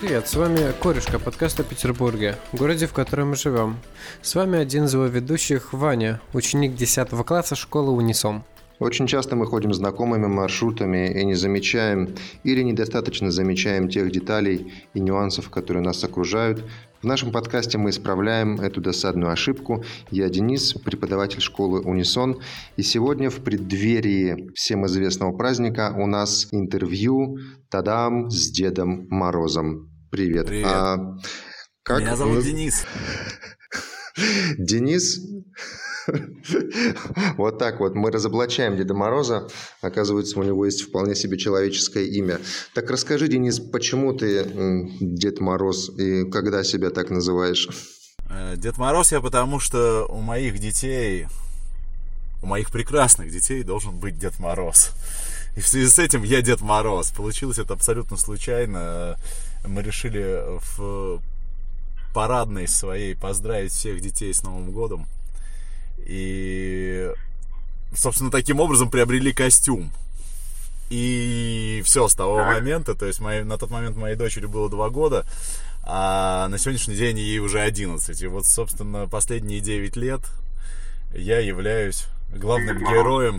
привет, с вами Корюшка, подкаст о Петербурге, городе, в котором мы живем. С вами один из его ведущих, Ваня, ученик 10 класса школы Унисон. Очень часто мы ходим знакомыми маршрутами и не замечаем или недостаточно замечаем тех деталей и нюансов, которые нас окружают. В нашем подкасте мы исправляем эту досадную ошибку. Я Денис, преподаватель школы Унисон. И сегодня в преддверии всем известного праздника у нас интервью «Тадам!» с Дедом Морозом. Привет. Привет. Меня зовут Денис. Денис? Вот так вот мы разоблачаем Деда Мороза. Оказывается, у него есть вполне себе человеческое имя. Так расскажи, Денис, почему ты Дед Мороз и когда себя так называешь? Дед Мороз я потому, что у моих детей, у моих прекрасных детей должен быть Дед Мороз. И в связи с этим я Дед Мороз. Получилось это абсолютно случайно. Мы решили в парадной своей поздравить всех детей с Новым годом. И, собственно, таким образом приобрели костюм. И все с того момента, то есть на тот момент моей дочери было 2 года, а на сегодняшний день ей уже 11. И вот, собственно, последние 9 лет я являюсь главным героем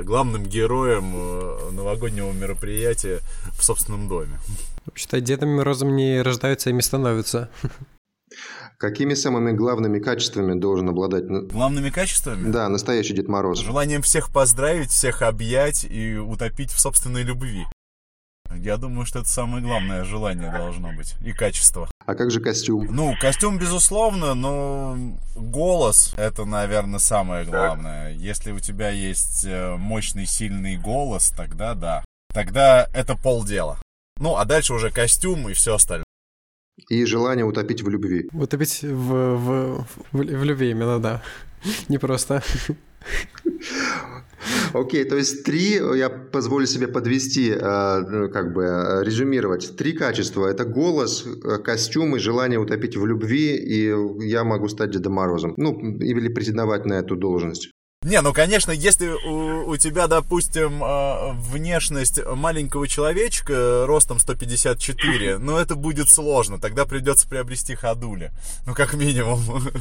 новогоднего мероприятия в собственном доме. Вообще-то Дедом Морозом не рождаются, ими становятся. Какими самыми главными качествами должен обладать... Главными качествами? Да, настоящий Дед Мороз. Желанием всех поздравить, всех объять и утопить в собственной любви. Я думаю, что это самое главное желание должно быть. И качество. А как же костюм? Костюм, безусловно, но голос — это, наверное, самое главное. Если у тебя есть мощный, сильный голос, тогда да. Тогда это полдела. А дальше уже костюм и все остальное. И желание утопить в любви. Утопить в любви именно, да. Не просто. Окей, то есть 3, я позволю себе подвести, резюмировать. 3 качества. Это голос, костюм и желание утопить в любви, и я могу стать Дедом Морозом. Или претендовать на эту должность. Конечно, если у тебя, допустим, внешность маленького человечка ростом 154, это будет сложно. Тогда придется приобрести ходули. Как минимум.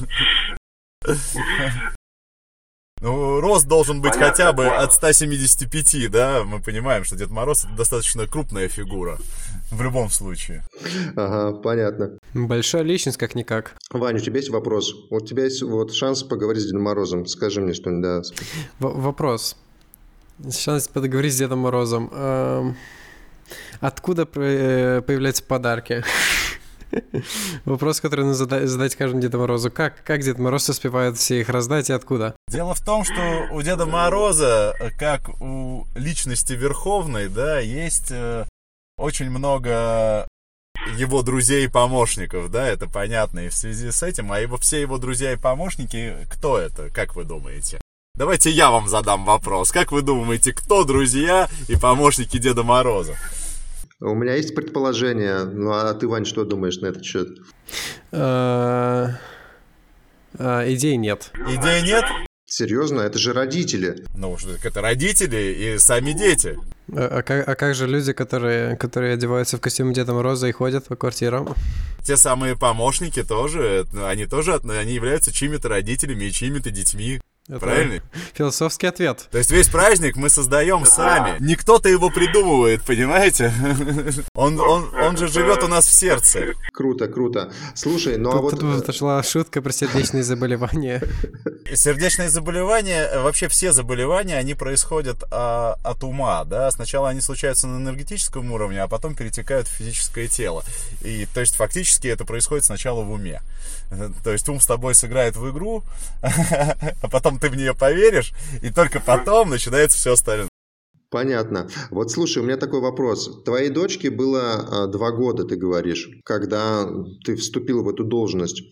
Рост должен быть хотя бы от 175, да? Мы понимаем, что Дед Мороз — это достаточно крупная фигура. В любом случае. Ага, понятно. Большая личность, как-никак. Ваня, у тебя есть вопрос? У тебя есть шанс поговорить с Дедом Морозом. Скажи мне что-нибудь, да. Вопрос. Шанс поговорить с Дедом Морозом. Откуда появляются подарки? Вопрос, который нужно задать каждому Деду Морозу. Как Дед Мороз успевает все их раздать и откуда? Дело в том, что у Деда Мороза, как у личности верховной, да, есть очень много его друзей и помощников, да, это понятно. И в связи с этим, все его друзья и помощники, кто это, как вы думаете? Давайте я вам задам вопрос. Как вы думаете, кто друзья и помощники Деда Мороза? У меня есть предположение, а ты, Вань, что думаешь на этот счет? Идей нет. Идей нет? Серьезно? Это же родители. Это родители и сами дети. А как же люди, которые одеваются в костюм Деда Мороза и ходят по квартирам? Те самые помощники тоже, они являются чьими-то родителями и чьими-то детьми. Это правильно? Философский ответ. То есть весь праздник мы создаем сами. Не кто-то его придумывает, понимаете? Он же живет у нас в сердце. Круто. Слушай, Тут шла шутка про сердечные заболевания. Сердечные заболевания, вообще все заболевания, они происходят от ума, да? Сначала они случаются на энергетическом уровне, а потом перетекают в физическое тело. И то есть фактически это происходит сначала в уме. То есть ум с тобой сыграет в игру, а потом ты в нее поверишь, и только потом начинается все остальное. Понятно. Вот слушай, у меня такой вопрос. Твоей дочке было 2 года, ты говоришь, когда ты вступил в эту должность.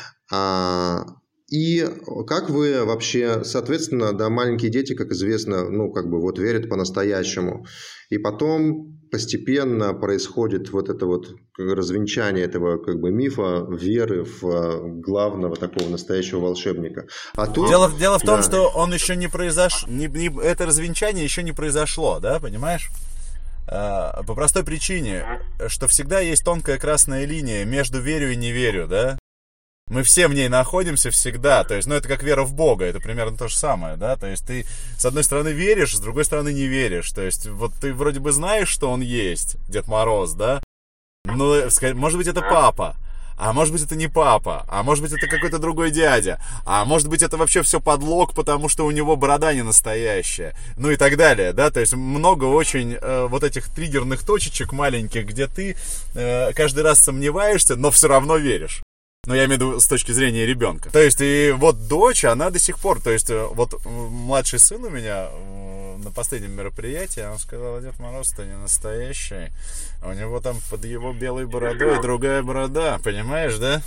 И как вы вообще, соответственно, да, маленькие дети, как известно, верят по-настоящему. И потом постепенно происходит развенчание этого мифа веры в главного такого настоящего волшебника. Дело в том, что он еще не произошло, это развенчание еще не произошло, да, понимаешь? По простой причине. что всегда есть тонкая красная линия между верю и не верю, да? Мы все в ней находимся всегда, то есть, это как вера в Бога, это примерно то же самое, да, то есть ты с одной стороны веришь, с другой стороны не веришь, то есть вот ты вроде бы знаешь, что он есть, Дед Мороз, да, но, может быть, это папа, а может быть, это не папа, а может быть, это какой-то другой дядя, а может быть, это вообще все подлог, потому что у него борода не настоящая, и так далее, да, то есть много очень вот этих триггерных точечек маленьких, где ты каждый раз сомневаешься, но все равно веришь. Но я имею в виду с точки зрения ребенка. То есть, и вот дочь, она до сих пор, то есть, вот младший сын у меня на последнем мероприятии, он сказал: Дед Мороз-то не настоящий. У него там под его белой бородой другая борода, понимаешь, да?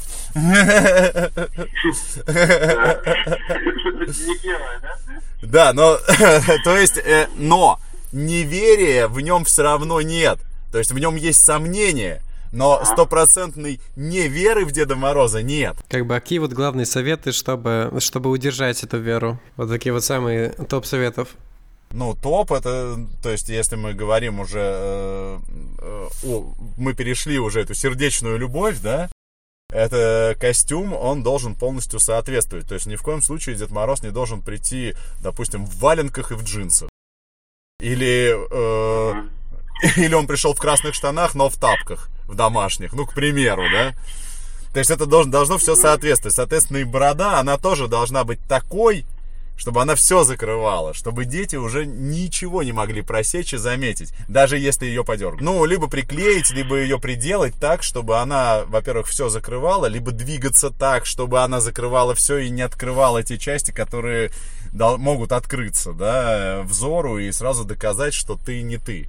Да, но, то есть, но неверия в нем все равно нет. То есть, в нем есть сомнения. Но стопроцентной неверы в Деда Мороза нет. Какие вот главные советы, чтобы удержать эту веру? Вот такие вот самые топ советов. Топ это, то есть, если мы говорим уже, мы перешли уже эту сердечную любовь, да, это костюм, он должен полностью соответствовать. То есть, ни в коем случае Дед Мороз не должен прийти, допустим, в валенках и в джинсах. Или он пришел в красных штанах, но в тапках, в домашних, к примеру, да. То есть это должно все соответствовать. Соответственно, и борода, она тоже должна быть такой, чтобы она все закрывала, чтобы дети уже ничего не могли просечь и заметить, даже если ее подергать. Либо приклеить, либо ее приделать так, чтобы она, во-первых, все закрывала, либо двигаться так, чтобы она закрывала все и не открывала те части, которые могут открыться, да, взору, и сразу доказать, что ты не ты.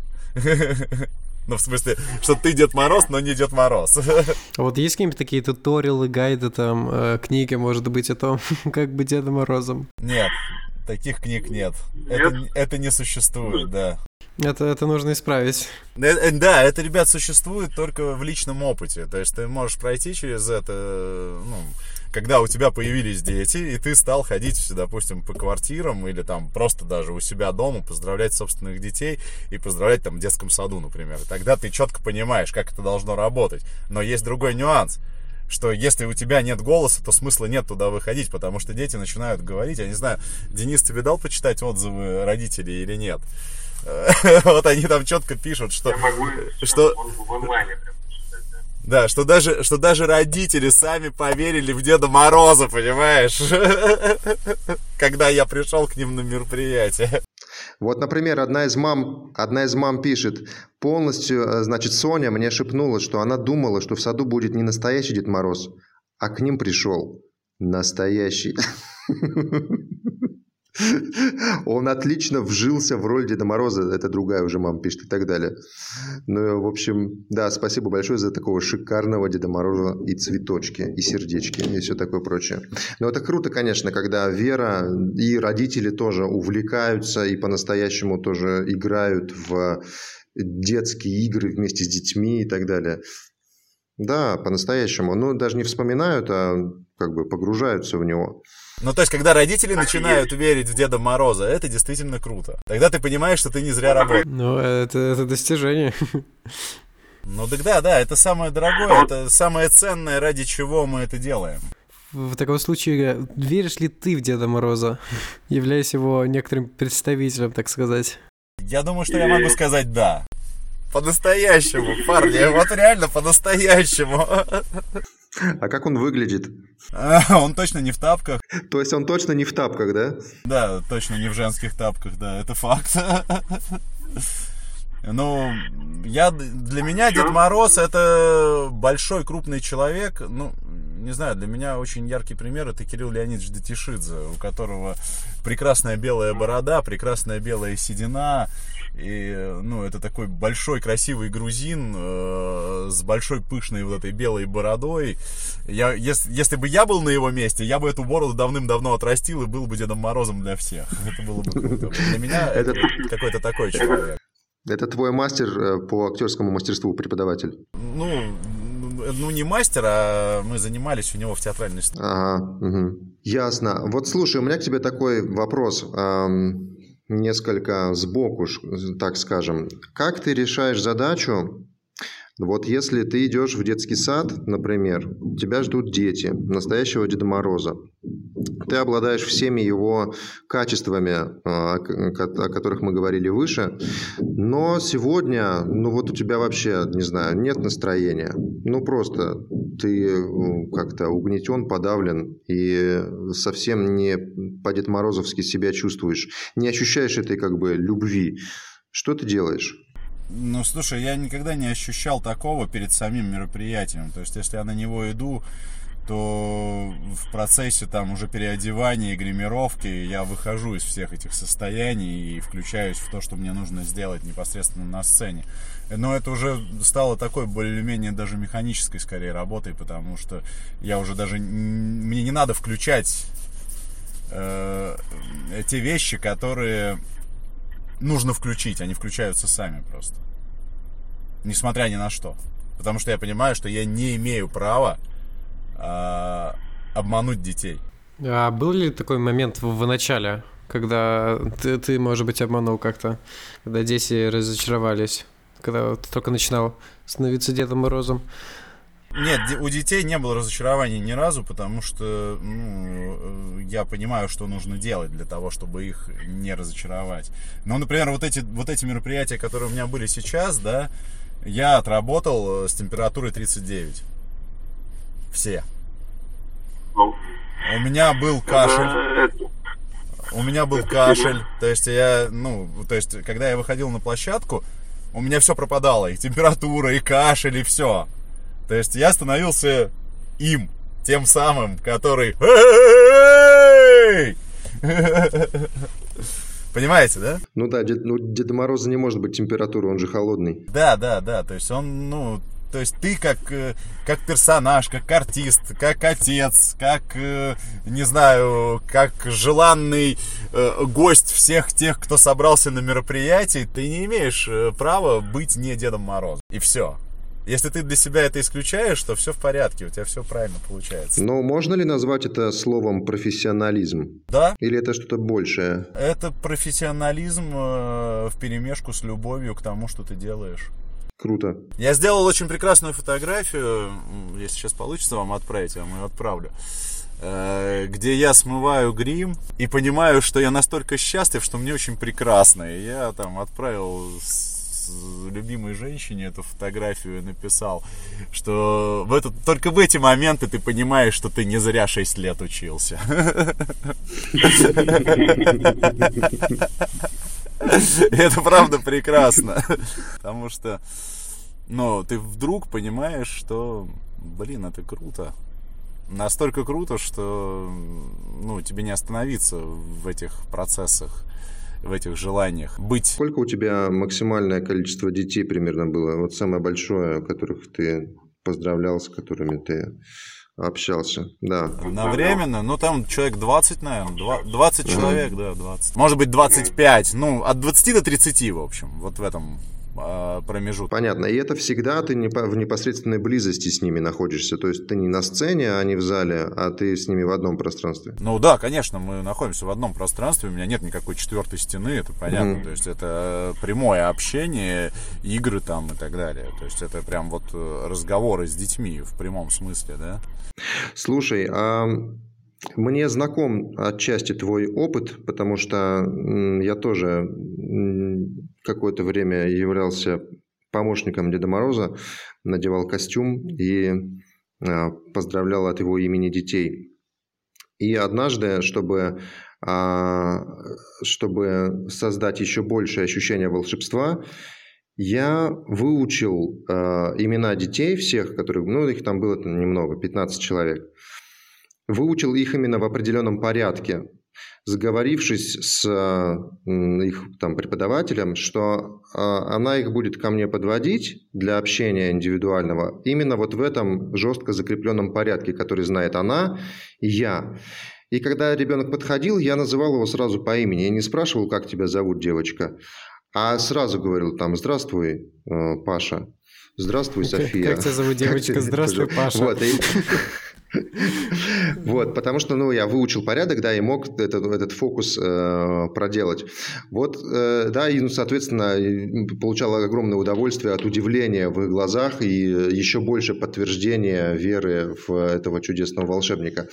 В смысле, что ты Дед Мороз, но не Дед Мороз. А вот есть какие-нибудь такие туториалы, гайды, там, книги, может быть, о том, как быть Дедом Морозом? Нет, таких книг нет. Это не существует, да. Это нужно исправить. Да, это, ребят, существует только в личном опыте. То есть ты можешь пройти через это, когда у тебя появились дети, и ты стал ходить, допустим, по квартирам или там просто даже у себя дома поздравлять собственных детей и поздравлять там в детском саду, например. И тогда ты четко понимаешь, как это должно работать. Но есть другой нюанс, что если у тебя нет голоса, то смысла нет туда выходить, потому что дети начинают говорить. Я не знаю, Денис, ты видал почитать отзывы родителей или нет? Вот они там четко пишут, что... Я могу в онлайне прям почитать, да. Да, что даже родители сами поверили в Деда Мороза, понимаешь? Когда я пришел к ним на мероприятие. Вот, например, одна из мам пишет: полностью, значит, Соня мне шепнула, что она думала, что в саду будет не настоящий Дед Мороз, а к ним пришел настоящий. Он отлично вжился в роль Деда Мороза. Это другая уже мама пишет и так далее. В общем, да, спасибо большое за такого шикарного Деда Мороза и цветочки, и сердечки, и все такое прочее. Но это круто, конечно, когда вера и родители тоже увлекаются и по-настоящему тоже играют в детские игры вместе с детьми и так далее. Да, по-настоящему. Даже не вспоминают, а как бы погружаются в него. То есть, когда родители начинают верить в Деда Мороза, это действительно круто. Тогда ты понимаешь, что ты не зря работаешь. Это достижение. Так да, это самое дорогое, это самое ценное, ради чего мы это делаем. В таком случае, веришь ли ты в Деда Мороза, являясь его некоторым представителем, так сказать? Я думаю, что я могу сказать «да». По-настоящему, парни, вот реально по-настоящему. А как он выглядит? Он точно не в тапках. То есть он точно не в тапках, да? Да, точно не в женских тапках, да, это факт. Для меня Дед Мороз — это большой, крупный человек. Не знаю, для меня очень яркий пример — это Кирилл Леонидович Датишидзе, у которого прекрасная белая борода, прекрасная белая седина. И, это такой большой, красивый грузин с большой, пышной вот этой белой бородой. Если бы я был на его месте, я бы эту бороду давным-давно отрастил и был бы Дедом Морозом для всех. Это было бы круто. Для меня это какой-то такой человек. Это твой мастер по актерскому мастерству, преподаватель? Не мастер, а мы занимались у него в театральной студии. Ага, угу. Ясно. Вот слушай, у меня к тебе такой вопрос. Несколько сбоку, так скажем. Как ты решаешь задачу Вот если ты идешь в детский сад, например, тебя ждут дети, настоящего Деда Мороза. Ты обладаешь всеми его качествами, о которых мы говорили выше, но сегодня, вот у тебя вообще, не знаю, нет настроения. Просто ты как-то угнетен, подавлен и совсем не по-дедморозовски себя чувствуешь, не ощущаешь этой любви. Что ты делаешь? Слушай, я никогда не ощущал такого перед самим мероприятием. То есть, если я на него иду, то в процессе уже переодевания и гримировки я выхожу из всех этих состояний и включаюсь в то, что мне нужно сделать непосредственно на сцене. Но это уже стало такой более-менее даже механической скорее работой, потому что я уже даже... Мне не надо включать те вещи, которые нужно включить, они включаются сами просто. Несмотря ни на что. Потому что я понимаю, что я не имею права обмануть детей. А был ли такой момент в начале, когда ты, может быть, обманул как-то, когда дети разочаровались, когда ты только начинал становиться Дедом Морозом? Нет, у детей не было разочарований ни разу, потому что я понимаю, что нужно делать для того, чтобы их не разочаровать. Например, вот эти мероприятия, которые у меня были сейчас, да, я отработал с температурой 39. Все. У меня был кашель. То есть, когда я выходил на площадку, у меня все пропадало. И температура, и кашель, и все. То есть я становился им, тем самым, который... Понимаете, да? Да, Деда Мороза не может быть температуры, он же холодный. Да. То есть он, то есть ты как персонаж, как артист, как отец, как, не знаю, как желанный гость всех тех, кто собрался на мероприятии, ты не имеешь права быть не Дедом Морозом. И все. Если ты для себя это исключаешь, то все в порядке, у тебя все правильно получается. Но можно ли назвать это словом профессионализм? Да. Или это что-то большее? Это профессионализм вперемешку с любовью к тому, что ты делаешь. Круто. Я сделал очень прекрасную фотографию, если сейчас получится вам отправить, я вам ее отправлю, где я смываю грим и понимаю, что я настолько счастлив, что мне очень прекрасно. И я отправил любимой женщине эту фотографию и написал, что только в эти моменты ты понимаешь, что ты не зря 6 лет учился. Это правда прекрасно. Потому что ты вдруг понимаешь, что это круто. Настолько круто, что тебе не остановиться в этих процессах, в этих желаниях быть. Сколько у тебя максимальное количество детей примерно было? Самое большое, которых ты поздравлял, с которыми ты общался? Да. Одновременно? Там человек 20, наверное. 20 человек, да, 20. Может быть, 25. От 20 до 30, в общем. Вот в этом промежутке. Понятно. И это всегда ты в непосредственной близости с ними находишься. То есть ты не на сцене, а не в зале, а ты с ними в одном пространстве. Да, конечно, мы находимся в одном пространстве. У меня нет никакой четвертой стены, это понятно. То есть это прямое общение, игры и так далее. То есть это прям разговоры с детьми в прямом смысле, да? Слушай, мне знаком отчасти твой опыт, потому что я тоже какое-то время являлся помощником Деда Мороза, надевал костюм и поздравлял от его имени детей. И однажды, чтобы создать еще большее ощущение волшебства, я выучил имена детей всех, которые, их там было немного, 15 человек. Выучил их именно в определенном порядке, сговорившись с их преподавателем, что она их будет ко мне подводить для общения индивидуального именно в этом жестко закрепленном порядке, который знает она и я. И когда ребенок подходил, я называл его сразу по имени. Я не спрашивал, как тебя зовут, девочка, а сразу говорил— Паша, здравствуй, София. Как тебя зовут, девочка? Здравствуй, Паша. Вот, потому что, я выучил порядок, да, и мог этот фокус проделать. Вот, да, и, соответственно, получал огромное удовольствие от удивления в их глазах и еще больше подтверждения веры в этого чудесного волшебника.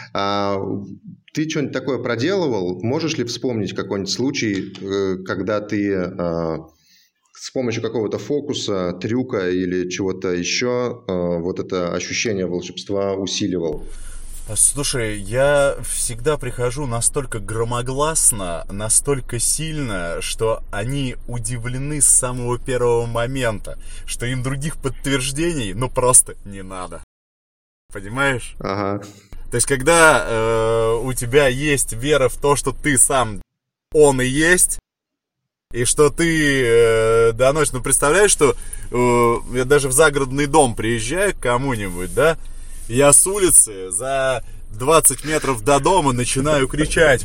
Ты что-нибудь такое проделывал? Можешь ли вспомнить какой-нибудь случай, когда ты с помощью какого-то фокуса, трюка или чего-то еще вот это ощущение волшебства усиливал? Слушай, я всегда прихожу настолько громогласно, настолько сильно, что они удивлены с самого первого момента, что им других подтверждений, просто не надо. Понимаешь? Ага. То есть, когда у тебя есть вера в то, что ты сам он и есть, и что ты доносишь, представляешь, что я даже в загородный дом приезжаю к кому-нибудь, да, я с улицы за 20 метров до дома начинаю кричать.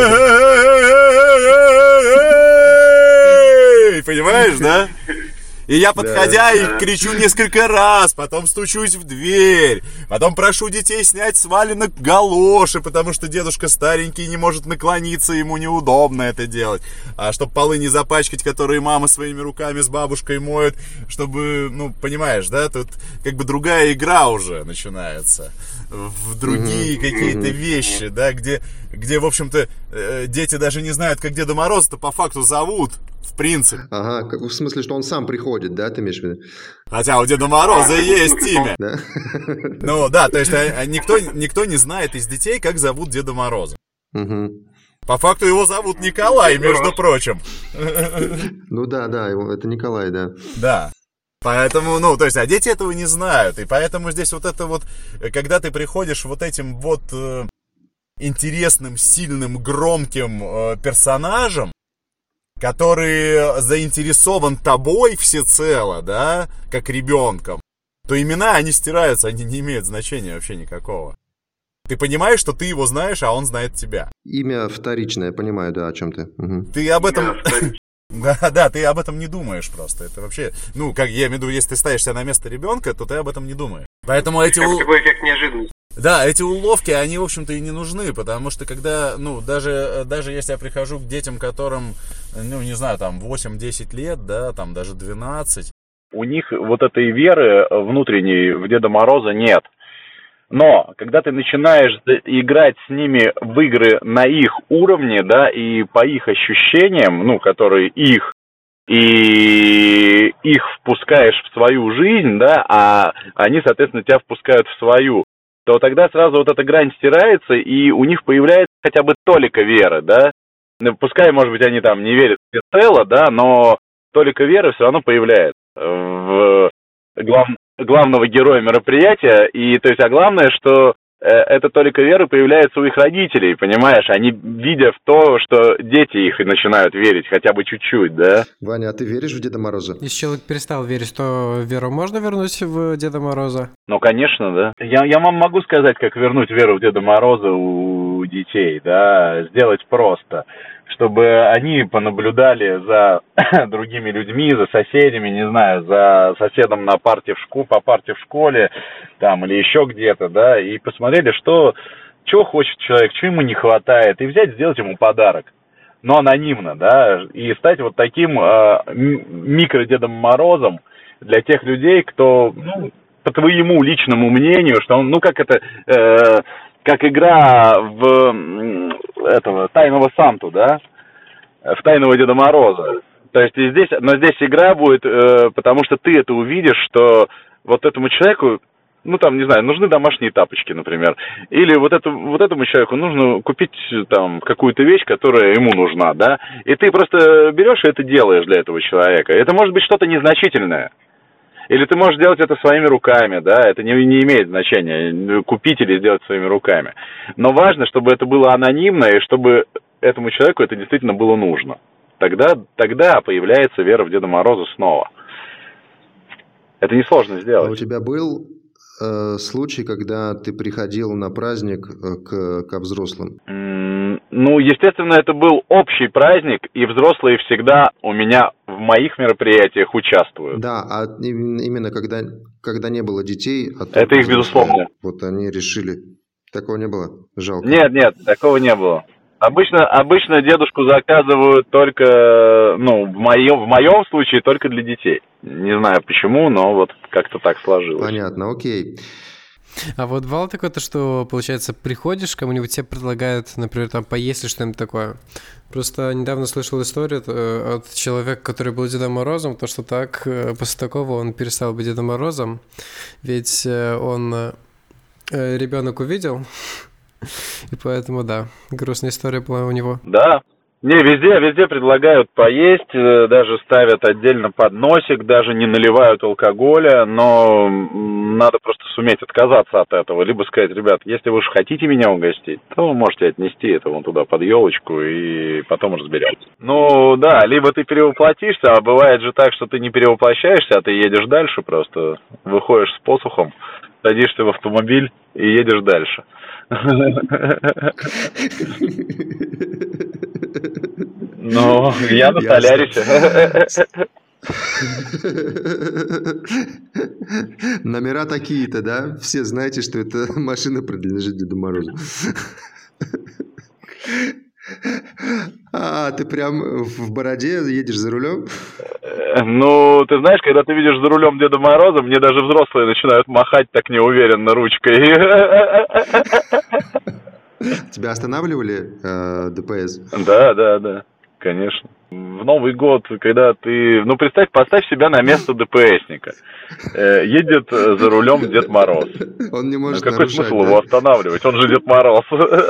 Понимаешь, да? И я, подходя, и кричу несколько раз, потом стучусь в дверь, потом прошу детей снять с валенок галоши, потому что дедушка старенький не может наклониться, ему неудобно это делать. А чтобы полы не запачкать, которые мама своими руками с бабушкой моют, чтобы, понимаешь, да, тут как бы другая игра уже начинается. В другие какие-то вещи, да, где, в общем-то, дети даже не знают, как Деда Мороза-то по факту зовут, в принципе. Ага, в смысле, что он сам приходит, да, ты имеешь в виду? Хотя у Деда Мороза есть имя. Да? То есть никто не знает из детей, как зовут Деда Мороза. Угу. По факту его зовут Николай, между прочим. Да, это Николай, да. Да. Поэтому, то есть, а дети этого не знают. И поэтому здесь вот это вот, когда ты приходишь вот этим вот интересным, сильным, громким персонажем, который заинтересован тобой всецело, да, как ребенком, то имена, они стираются, они не имеют значения вообще никакого. Ты понимаешь, что ты его знаешь, а он знает тебя. Имя вторичное, понимаю, да, о чем ты. Угу. Ты об этом... Да, ты об этом не думаешь просто. Это вообще, я имею в виду, если ты ставишь себя на место ребенка, то ты об этом не думаешь. Поэтому эти... Такой эффект неожиданности. Да, эти уловки, они, в общем-то, и не нужны, потому что когда, даже если я прихожу к детям, которым, не знаю, там, 8-10 лет, да, там, даже 12, у них вот этой веры внутренней в Деда Мороза нет. Но, когда ты начинаешь играть с ними в игры на их уровне, да, и по их ощущениям, которые их, и их впускаешь в свою жизнь, да, а они, соответственно, тебя впускают в свою, то тогда сразу вот эта грань стирается, и у них появляется хотя бы толика веры, да. Пускай, может быть, они там не верят всецело, да, но толика веры все равно появляется в главного героя мероприятия, и то есть, а главное, что эта толика веры появляется у их родителей, понимаешь, они видя в то, что дети их и начинают верить хотя бы чуть-чуть, да. Ваня, а ты веришь в Деда Мороза? Если человек перестал верить, то веру можно вернуть в Деда Мороза? Конечно, да. Я вам могу сказать, как вернуть веру в Деда Мороза у детей, да, сделать просто, чтобы они понаблюдали за другими людьми, за соседями, не знаю, за соседом по парте в школе, там, или еще где-то, да, и посмотрели, что хочет человек, чего ему не хватает, и взять, сделать ему подарок, но анонимно, да, и стать вот таким микро-Дедом Морозом для тех людей, кто, по твоему личному мнению, что он, как игра в Тайного Санту, да, в Тайного Деда Мороза. То есть здесь игра будет, потому что ты это увидишь, что вот этому человеку, не знаю, нужны домашние тапочки, например, или вот этому человеку нужно купить там какую-то вещь, которая ему нужна, да, и ты просто берешь и это делаешь для этого человека. Это может быть что-то незначительное. Или ты можешь делать это своими руками, да, это не имеет значения, купить или сделать своими руками. Но важно, чтобы это было анонимно, и чтобы этому человеку это действительно было нужно. Тогда появляется вера в Деда Мороза снова. Это несложно сделать. А у тебя был случай, когда ты приходил на праздник ко взрослым? Ну, естественно, это был общий праздник, и взрослые всегда у меня в моих мероприятиях участвуют. Да, а именно когда не было детей... А Это только их взрослые, безусловно. Вот они решили... Такого не было? Жалко. Нет, такого не было. Обычно дедушку заказывают только, ну, в моем случае только для детей. Не знаю почему, но вот как-то так сложилось. Понятно, окей. А вот бывало такое, то, что, получается, приходишь, кому-нибудь тебе предлагают, например, там поесть или что-нибудь такое. Просто недавно слышал историю от человека, который был Дедом Морозом, то, что так, после такого он перестал быть Дедом Морозом, ведь он ребенок увидел, и поэтому, да, грустная история была у него. Да. Не, везде предлагают поесть, даже ставят отдельно подносик, даже не наливают алкоголя, но надо просто суметь отказаться от этого, либо сказать: ребят, если вы уж хотите меня угостить, то вы можете отнести это вон туда под елочку и потом разберемся. Ну да, либо ты перевоплотишься, а бывает же так, что ты не перевоплощаешься, а ты едешь дальше просто, выходишь с посухом, садишься в автомобиль и едешь дальше. Ну, я на Солярисе. Номера такие-то, да? Все знаете, что эта машина принадлежит Деду Морозу. А, ты прям в бороде едешь за рулем? Ну, ты знаешь, когда ты видишь за рулем Деда Мороза, мне даже взрослые начинают махать так неуверенно ручкой. Тебя останавливали ДПС? Да, конечно. В Новый год, когда ты... Ну, поставь себя на место DPS-ника. Едет за рулем Дед Мороз. Он не может какой нарушать, смысл да? его останавливать? Он же Дед Мороз.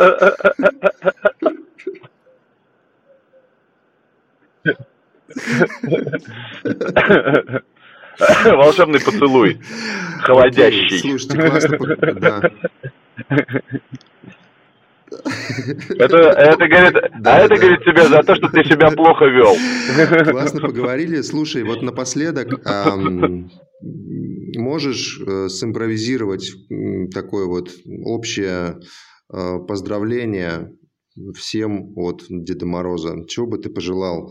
Волшебный поцелуй. Холодящий. Слушайте, классно. Да. Это говорит тебе за то, что ты себя плохо вел. Классно поговорили. Слушай, вот напоследок, можешь симпровизировать такое вот общее поздравление всем от Деда Мороза? Чего бы ты пожелал,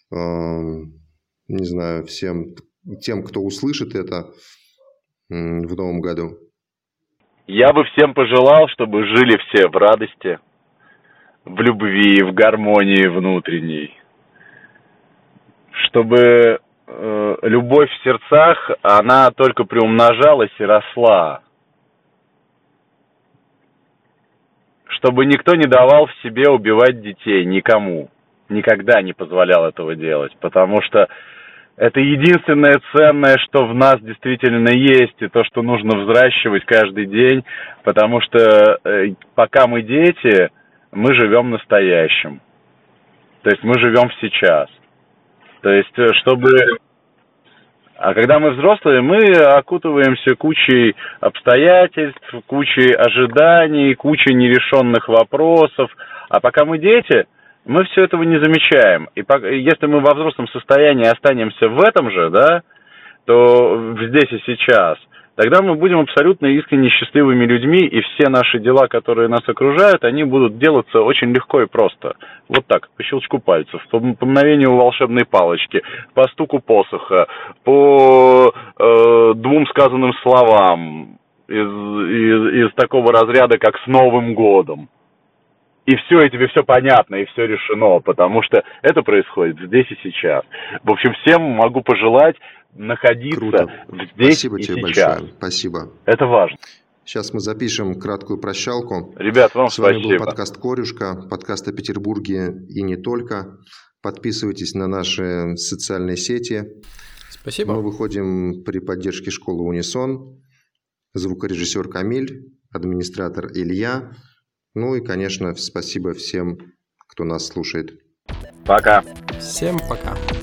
не знаю, всем тем, кто услышит это в новом году? Я бы всем пожелал, чтобы жили все в радости, в любви, в гармонии внутренней. Чтобы любовь в сердцах, она только приумножалась и росла. Чтобы никто не давал в себе убивать детей, никому. Никогда не позволял этого делать, потому что это единственное ценное, что в нас действительно есть, и то, что нужно взращивать каждый день, потому что пока мы дети, мы живем настоящим. То есть мы живем сейчас. То есть, чтобы... А когда мы взрослые, мы окутываемся кучей обстоятельств, кучей ожиданий, кучей нерешенных вопросов. А пока мы дети, мы все этого не замечаем. И если мы во взрослом состоянии останемся в этом же, да, то здесь и сейчас, тогда мы будем абсолютно искренне счастливыми людьми, и все наши дела, которые нас окружают, они будут делаться очень легко и просто. Вот так, по щелчку пальцев, по мгновению волшебной палочки, по стуку посоха, по двум сказанным словам из такого разряда, как «с Новым годом». И все, и тебе все понятно, и все решено, потому что это происходит здесь и сейчас. В общем, всем могу пожелать находиться Круто. здесь Спасибо и тебе сейчас. большое. Спасибо. Это важно. Сейчас мы запишем краткую прощалку. Ребят, вам С вами спасибо. был подкаст «Корюшка», подкаст о Петербурге и не только. Подписывайтесь на наши социальные сети. Спасибо. Мы выходим при поддержке школы «Унисон». Звукорежиссер Камиль, администратор Илья. Ну и, конечно, спасибо всем, кто нас слушает. Пока. Всем пока.